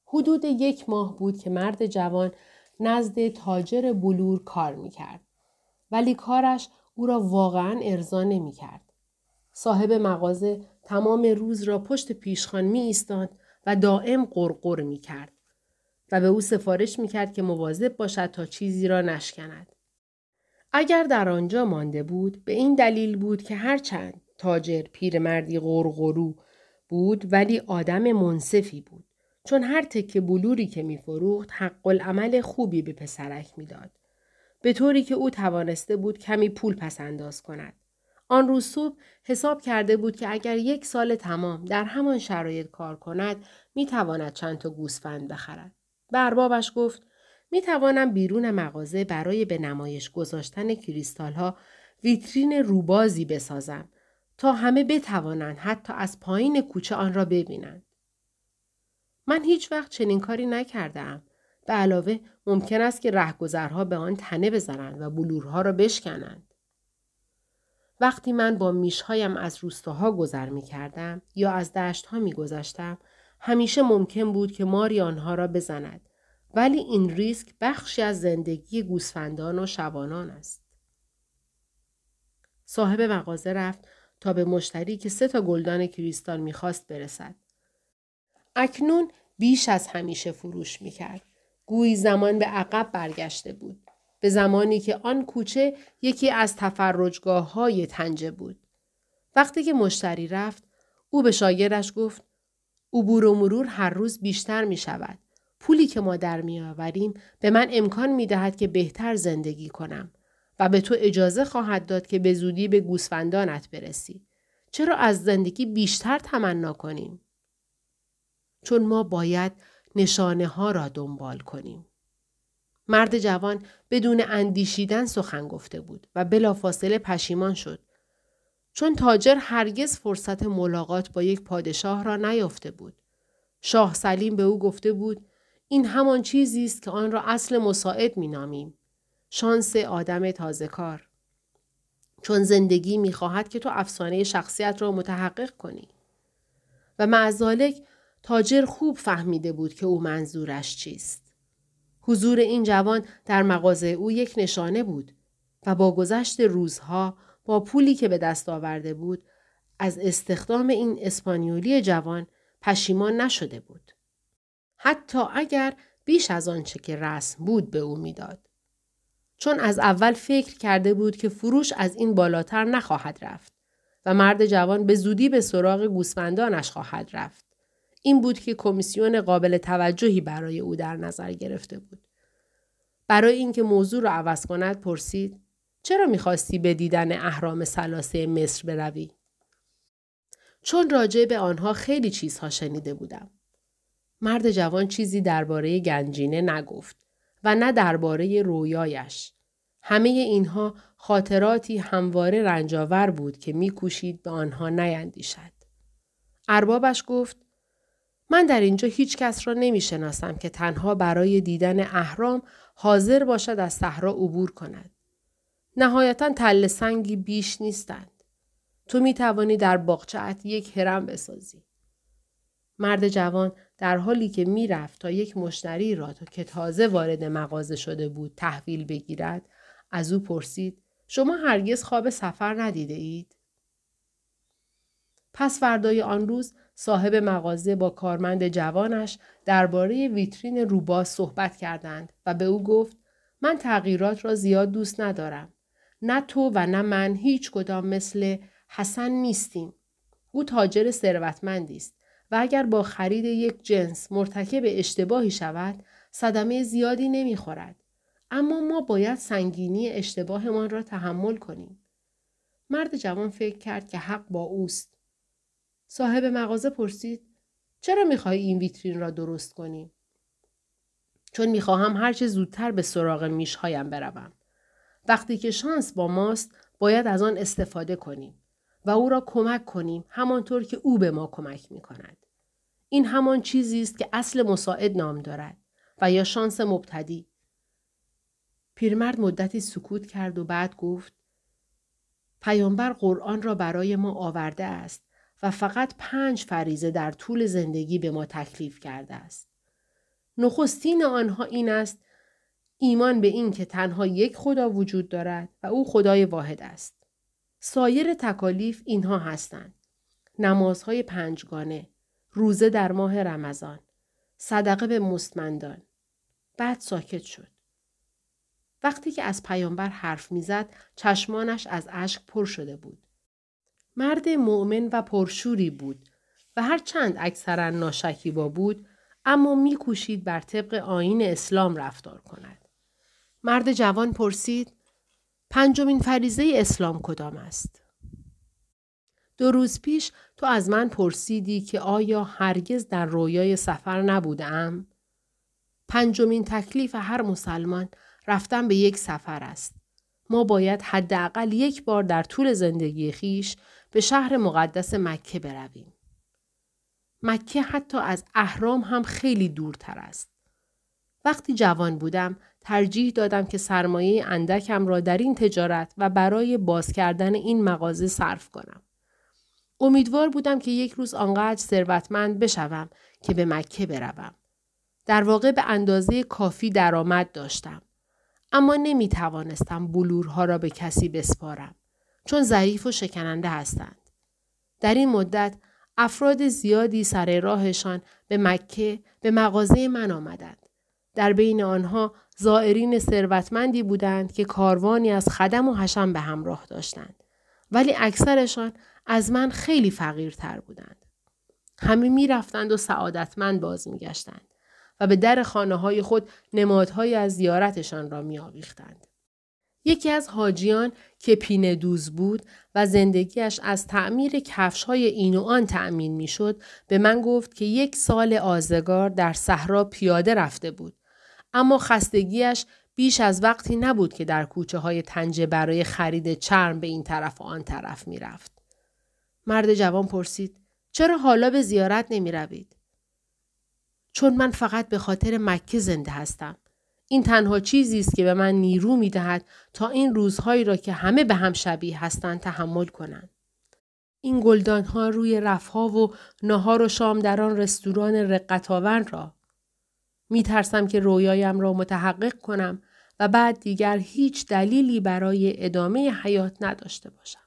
حدود 1 ماه بود که مرد جوان نزد تاجر بلور کار میکرد. ولی کارش او را واقعا ارضا نمیکرد. صاحب مغازه تمام روز را پشت پیشخوان می ایستاد و دائم غرغر می کرد و به او سفارش می کرد که مواظب باشد تا چیزی را نشکند. اگر در آنجا مانده بود به این دلیل بود که هرچند تاجر پیرمردی غرغرو بود ولی آدم منصفی بود. چون هر تکه بلوری که می فروخت حق العمل خوبی به پسرک می داد. به طوری که او توانسته بود کمی پول پس انداز کند. آن روز صبح حساب کرده بود که اگر 1 سال تمام در همان شرایط کار کند می تواند چند تا گوسفند بخرد. به اربابش گفت می توانم بیرون مغازه برای به نمایش گذاشتن کریستال ها ویترین روبازی بسازم تا همه بتوانند حتی از پایین کوچه آن را ببینند. من هیچ وقت چنین کاری نکردم. به علاوه ممکن است که رهگذرها به آن تنه بزنند و بلورها را بشکنند. وقتی من با میشهایم از روستاها گذر می کردم یا از دشتها می گذشتم، همیشه ممکن بود که ماری آنها را بزند. ولی این ریسک بخشی از زندگی گوسفندان و شبانان است. صاحب مغازه رفت تا به مشتری که 3 تا گلدان کریستال می خواست برسد. اکنون بیش از همیشه فروش می کرد. گویی زمان به عقب برگشته بود. به زمانی که آن کوچه یکی از تفرجگاه‌های طنجه بود. وقتی که مشتری رفت، او به شاگردش گفت عبور و مرور هر روز بیشتر می شود. پولی که ما در می آوریم به من امکان می دهد که بهتر زندگی کنم و به تو اجازه خواهد داد که به زودی به گوسفندانت برسی. چرا از زندگی بیشتر تمنا کنیم؟ چون ما باید نشانه ها را دنبال کنیم. مرد جوان بدون اندیشیدن سخن گفته بود و بلافاصله پشیمان شد. چون تاجر هرگز فرصت ملاقات با یک پادشاه را نیافته بود. شاه سلیم به او گفته بود این همان چیزی است که آن را اصل مساعد می نامیم. شانس آدم تازه کار. چون زندگی می خواهد که تو افسانه شخصیت را متحقق کنی. و مع ذالک تاجر خوب فهمیده بود که او منظورش چیست. حضور این جوان در مغازه او یک نشانه بود و با گذشت روزها با پولی که به دست آورده بود از استخدام این اسپانیولی جوان پشیمان نشده بود. حتی اگر بیش از آنچه که رسم بود به او میداد. چون از اول فکر کرده بود که فروش از این بالاتر نخواهد رفت و مرد جوان به زودی به سراغ گوسفندانش خواهد رفت. این بود که کمیسیون قابل توجهی برای او در نظر گرفته بود. برای اینکه موضوع را عوض کند پرسید چرا می‌خواستی به دیدن اهرام ثلاثه مصر بروی؟ چون راجع به آنها خیلی چیزها شنیده بودم. مرد جوان چیزی درباره گنجینه نگفت و نه درباره رویایش. همه اینها خاطراتی همواره رنجاور بود که می‌کوشید به آنها نیندیشد. اربابش گفت من در اینجا هیچ کس را نمی‌شناسم که تنها برای دیدن اهرام حاضر باشد از صحرا عبور کند. نهایتاً تله سنگی بیش نیستند. تو می‌توانی در باغچه‌ات یک هرم بسازی. مرد جوان در حالی که می‌رفت تا یک مشتری را که تازه وارد مغازه شده بود تحویل بگیرد، از او پرسید شما هرگز خواب سفر ندیده اید؟ پس فردای آن روز صاحب مغازه با کارمند جوانش درباره ویترین روباز صحبت کردند و به او گفت من تغییرات را زیاد دوست ندارم. نه تو و نه من هیچ کدام مثل حسن نیستیم. او تاجر ثروتمندی است و اگر با خرید یک جنس مرتکب اشتباهی شود صدمه زیادی نمیخورد. اما ما باید سنگینی اشتباهمان را تحمل کنیم. مرد جوان فکر کرد که حق با اوست. صاحب مغازه پرسید چرا میخوای این ویترین را درست کنی؟ چون میخواهم هرچه زودتر به سراغ میشهایم بروم. وقتی که شانس با ماست باید از آن استفاده کنیم و او را کمک کنیم همانطور که او به ما کمک میکند. این همان چیزی است که اصل مساعد نام دارد و یا شانس مبتدی. پیرمرد مدتی سکوت کرد و بعد گفت پیامبر قرآن را برای ما آورده است و فقط 5 فریضه در طول زندگی به ما تکلیف کرده است. نخستین آنها این است ایمان به این که تنها یک خدا وجود دارد و او خدای واحد است. سایر تکالیف اینها هستند: نمازهای 5گانه، روزه در ماه رمضان، صدقه به مستمندان. بعد ساکت شد. وقتی که از پیامبر حرف میزد، چشمانش از اشک پر شده بود. مرد مؤمن و پرشوری بود و هرچند اکثرا ناشکیبا بود، اما می‌کوشید بر طبق آیین اسلام رفتار کند. مرد جوان پرسید: 5مین فریضه اسلام کدام است؟ 2 روز پیش تو از من پرسیدی که آیا هرگز در رویای سفر نبودم؟ 5مین تکلیف هر مسلمان رفتن به یک سفر است. ما باید حداقل 1 بار در طول زندگی خیش به شهر مقدس مکه برویم. مکه حتی از اهرام هم خیلی دورتر است. وقتی جوان بودم ترجیح دادم که سرمایه اندکم را در این تجارت و برای باز کردن این مغازه صرف کنم. امیدوار بودم که یک روز آنقدر ثروتمند بشوم که به مکه بروم. در واقع به اندازه کافی درآمد داشتم. اما نمی توانستم بلورها را به کسی بسپارم. چون ضعیف و شکننده هستند. در این مدت افراد زیادی سر راهشان به مکه به مغازه من آمدند. در بین آنها زائرین ثروتمندی بودند که کاروانی از خدم و حشم به همراه داشتند. ولی اکثرشان از من خیلی فقیرتر بودند. همه می رفتند و سعادتمند باز می گشتند و به در خانه های خود نمادهای از زیارتشان را می آویختند. یکی از حاجیان که پینه دوز بود و زندگیش از تعمیر کفش‌های این و آن تأمین می‌شد، به من گفت که 1 سال آزگار در صحرا پیاده رفته بود. اما خستگیش بیش از وقتی نبود که در کوچه‌های طنجه برای خرید چرم به این طرف و آن طرف می‌رفت. مرد جوان پرسید: چرا حالا به زیارت نمی‌روید؟ چون من فقط به خاطر مکه زنده هستم. این تنها چیزی است که به من نیرو می‌دهد تا این روزهایی را که همه به هم شبیه هستند تحمل کنم. این گلدان‌ها روی رف‌ها و ناهار و شام در آن رستوران رقت‌آور را. می‌ترسم که رویایم را متحقق کنم و بعد دیگر هیچ دلیلی برای ادامه حیات نداشته باشم.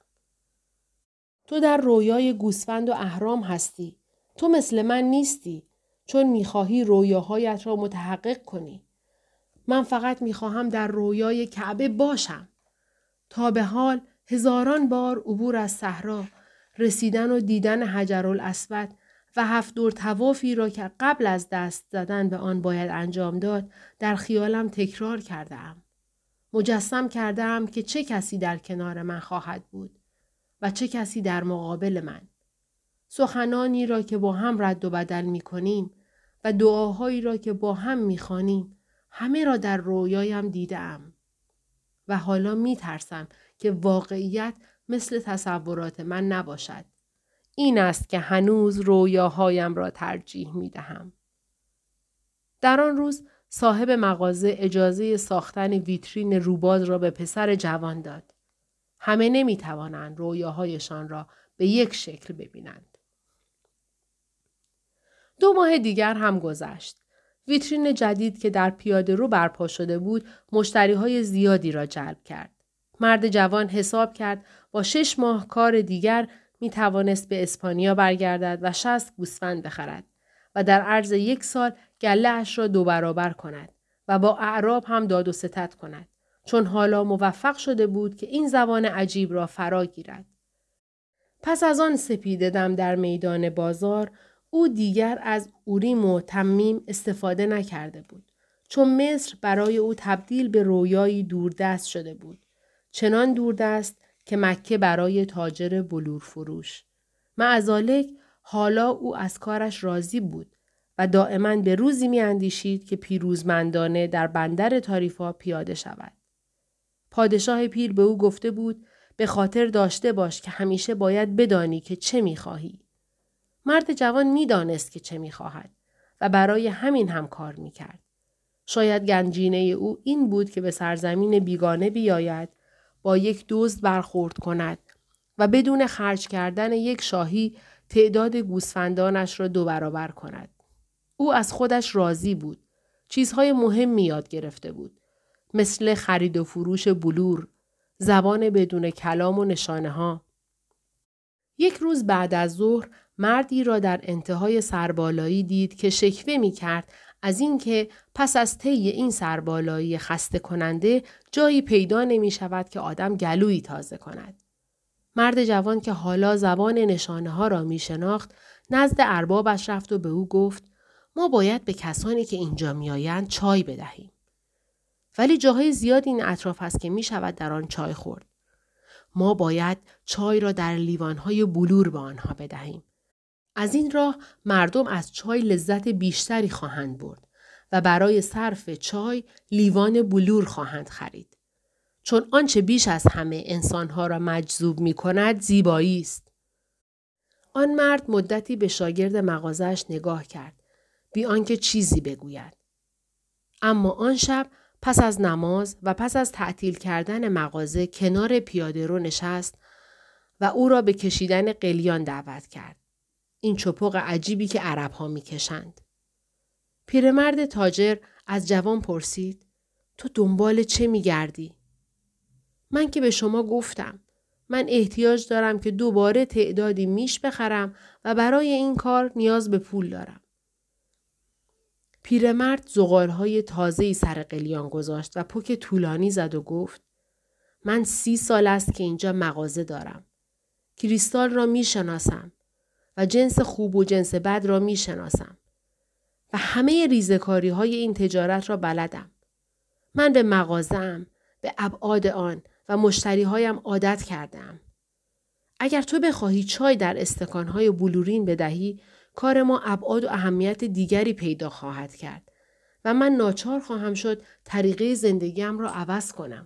تو در رویای گوسفند و اهرام هستی. تو مثل من نیستی، چون می‌خواهی رویاهایت را متحقق کنی. من فقط می‌خواهم در رویای کعبه باشم. تا به حال 1000 بار عبور از صحرا، رسیدن و دیدن حجرالاسود و 7 دور طوافی را که قبل از دست زدن به آن باید انجام داد، در خیالم تکرار کرده‌ام. مجسم کرده‌ام که چه کسی در کنار من خواهد بود و چه کسی در مقابل من. سخنانی را که با هم رد و بدل می‌کنیم و دعاهایی را که با هم می‌خوانیم، همه را در رویایم دیده‌ام. و حالا می‌ترسم که واقعیت مثل تصورات من نباشد. این است که هنوز رویاهایم را ترجیح می‌دهم. در آن روز صاحب مغازه اجازه ساختن ویترین روباز را به پسر جوان داد. همه نمی‌توانند رویاهایشان را به یک شکل ببینند. 2 ماه دیگر هم گذشت. ویترین جدید که در پیاده رو برپا شده بود، مشتریهای زیادی را جلب کرد. مرد جوان حساب کرد با 6 ماه کار دیگر می توانست به اسپانیا برگردد و 60 گوسفند بخرد و در عرض 1 سال گله اش را 2 برابر کند و با اعراب هم داد و ستد کند، چون حالا موفق شده بود که این زبان عجیب را فرا گیرد. پس از آن سپیده دم در میدان بازار، او دیگر از اوریم و تمیم استفاده نکرده بود، چون مصر برای او تبدیل به رویایی دوردست شده بود. چنان دوردست که مکه برای تاجر بلور فروش. معذالک حالا او از کارش راضی بود و دائما به روزی می اندیشید که پیروزمندانه در بندر تاریفا پیاده شود. پادشاه پیر به او گفته بود: به خاطر داشته باش که همیشه باید بدانی که چه می خواهی. مرد جوان می دانست که چه می خواهد و برای همین هم کار می کرد. شاید گنجینه او این بود که به سرزمین بیگانه بیاید، با یک دزد برخورد کند و بدون خرج کردن یک شاهی تعداد گوسفندانش را 2 برابر کند. او از خودش راضی بود، چیزهای مهمی یاد گرفته بود. مثل خرید و فروش بلور، زبان بدون کلام و نشانه ها. یک روز بعد از ظهر مردی را در انتهای سربالایی دید که شکوه می کرد از اینکه پس از طی این سربالایی خسته کننده جایی پیدا نمی شود که آدم گلویی تازه کند. مرد جوان که حالا زبان نشانه ها را می شناخت نزد اربابش رفت و به او گفت ما باید به کسانی که اینجا می آیند چای بدهیم. ولی جاهای زیاد این اطراف است که می شود در آن چای خورد. ما باید چای را در لیوانهای بلور به آنها بدهیم. از این راه مردم از چای لذت بیشتری خواهند برد و برای صرف چای لیوان بلور خواهند خرید. چون آنچه بیش از همه انسانها را مجذوب می کند زیبایی است. آن مرد مدتی به شاگرد مغازه‌اش نگاه کرد بی آنکه چیزی بگوید. اما آن شب پس از نماز و پس از تعطیل کردن مغازه کنار پیاده‌رو نشست و او را به کشیدن قلیان دعوت کرد. این چپق عجیبی که عرب‌ها می‌کشند. پیرمرد تاجر از جوان پرسید: تو دنبال چه می‌گردی؟ من که به شما گفتم. من احتیاج دارم که دوباره تعدادی میش بخرم و برای این کار نیاز به پول دارم. پیرمرد زغال‌های تازه‌ای سر قلیان گذاشت و پک طولانی زد و گفت: من 30 سال است که اینجا مغازه دارم. کریستال را میشناسم و جنس خوب و جنس بد را میشناسم و همه ریزکاری‌های این تجارت را بلدم. من به مغازه‌ام، به ابعاد آن و مشتری‌هایم عادت کردم. اگر تو بخواهی چای در استکان‌های بلورین بدهی، کار ما ابعاد و اهمیت دیگری پیدا خواهد کرد و من ناچار خواهم شد طریقه زندگیم را عوض کنم.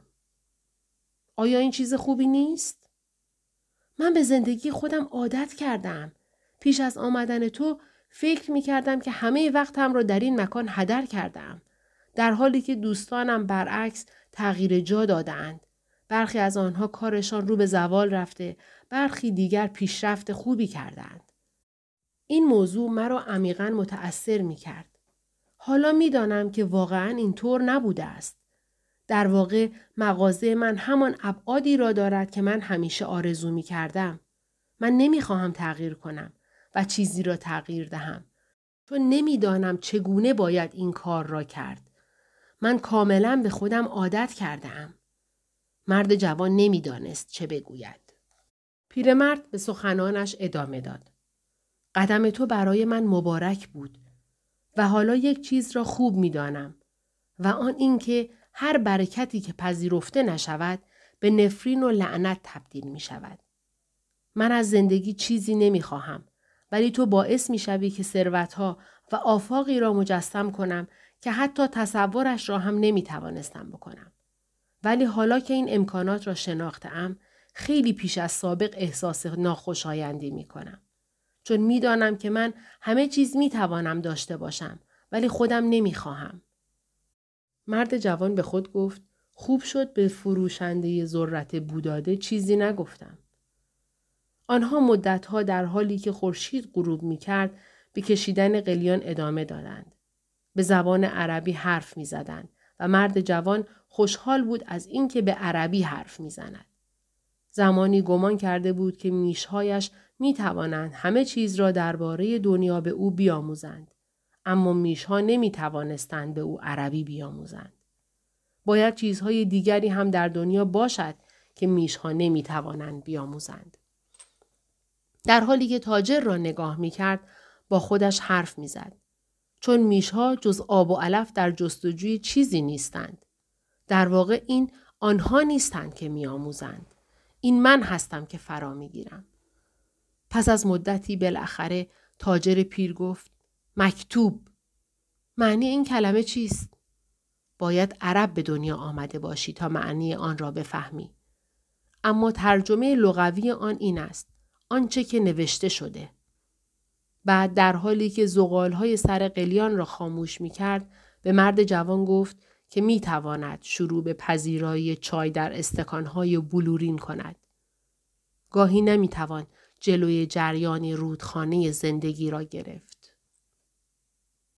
آیا این چیز خوبی نیست؟ من به زندگی خودم عادت کردم. پیش از آمدن تو فکر می کردم که همه وقتم را در این مکان هدر کردم. در حالی که دوستانم برعکس تغییر جا دادند. برخی از آنها کارشان رو به زوال رفته، برخی دیگر پیشرفت خوبی کردند. این موضوع مرا عمیقاً متأثر می کرد. حالا می دانم که واقعاً اینطور نبوده است. در واقع مغازه من همان ابعادی را دارد که من همیشه آرزو می کردم. من نمی خواهم تغییر کنم و چیزی را تغییر دهم. چون نمی دانم چگونه باید این کار را کرد. من کاملاً به خودم عادت کردم. مرد جوان نمی دانست چه بگوید. پیرمرد به سخنانش ادامه داد. قدم تو برای من مبارک بود و حالا یک چیز را خوب می دانم و آن این که هر برکتی که پذیرفته نشود به نفرین و لعنت تبدیل می شود. من از زندگی چیزی نمی خواهم ولی تو باعث می شوی که ثروتها و آفاقی را مجسم کنم که حتی تصورش را هم نمی توانستم بکنم. ولی حالا که این امکانات را شناختم خیلی پیش از سابق احساس ناخوشایندی می کنم. چون می دانم که من همه چیز می توانم داشته باشم ولی خودم نمی خواهم. مرد جوان به خود گفت خوب شد به فروشنده ذرت بوداده چیزی نگفتم. آنها مدتها در حالی که خورشید غروب می کرد به کشیدن قلیان ادامه دادند. به زبان عربی حرف می زدند و مرد جوان خوشحال بود از اینکه به عربی حرف می زند. زمانی گمان کرده بود که میشهایش می توانند همه چیز را درباره دنیا به او بیاموزند. اما میشها نمی توانستند به او عربی بیاموزند. باید چیزهای دیگری هم در دنیا باشد که میشها نمی توانند بیاموزند. در حالی که تاجر را نگاه می کرد با خودش حرف می زد. چون میشها جز آب و علف در جستجوی چیزی نیستند. در واقع این آنها نیستند که می آموزند. این من هستم که فرا می گیرم. پس از مدتی بالاخره تاجر پیر گفت مکتوب. معنی این کلمه چیست؟ باید عرب به دنیا آمده باشی تا معنی آن را بفهمی. اما ترجمه لغوی آن این است. آنچه که نوشته شده. بعد در حالی که زغال‌های سر قلیان را خاموش می کرد به مرد جوان گفت که می تواند شروع به پذیرایی چای در استکان‌های بلورین کند. گاهی نمی توان جلوی جریان رودخانه زندگی را گرفت.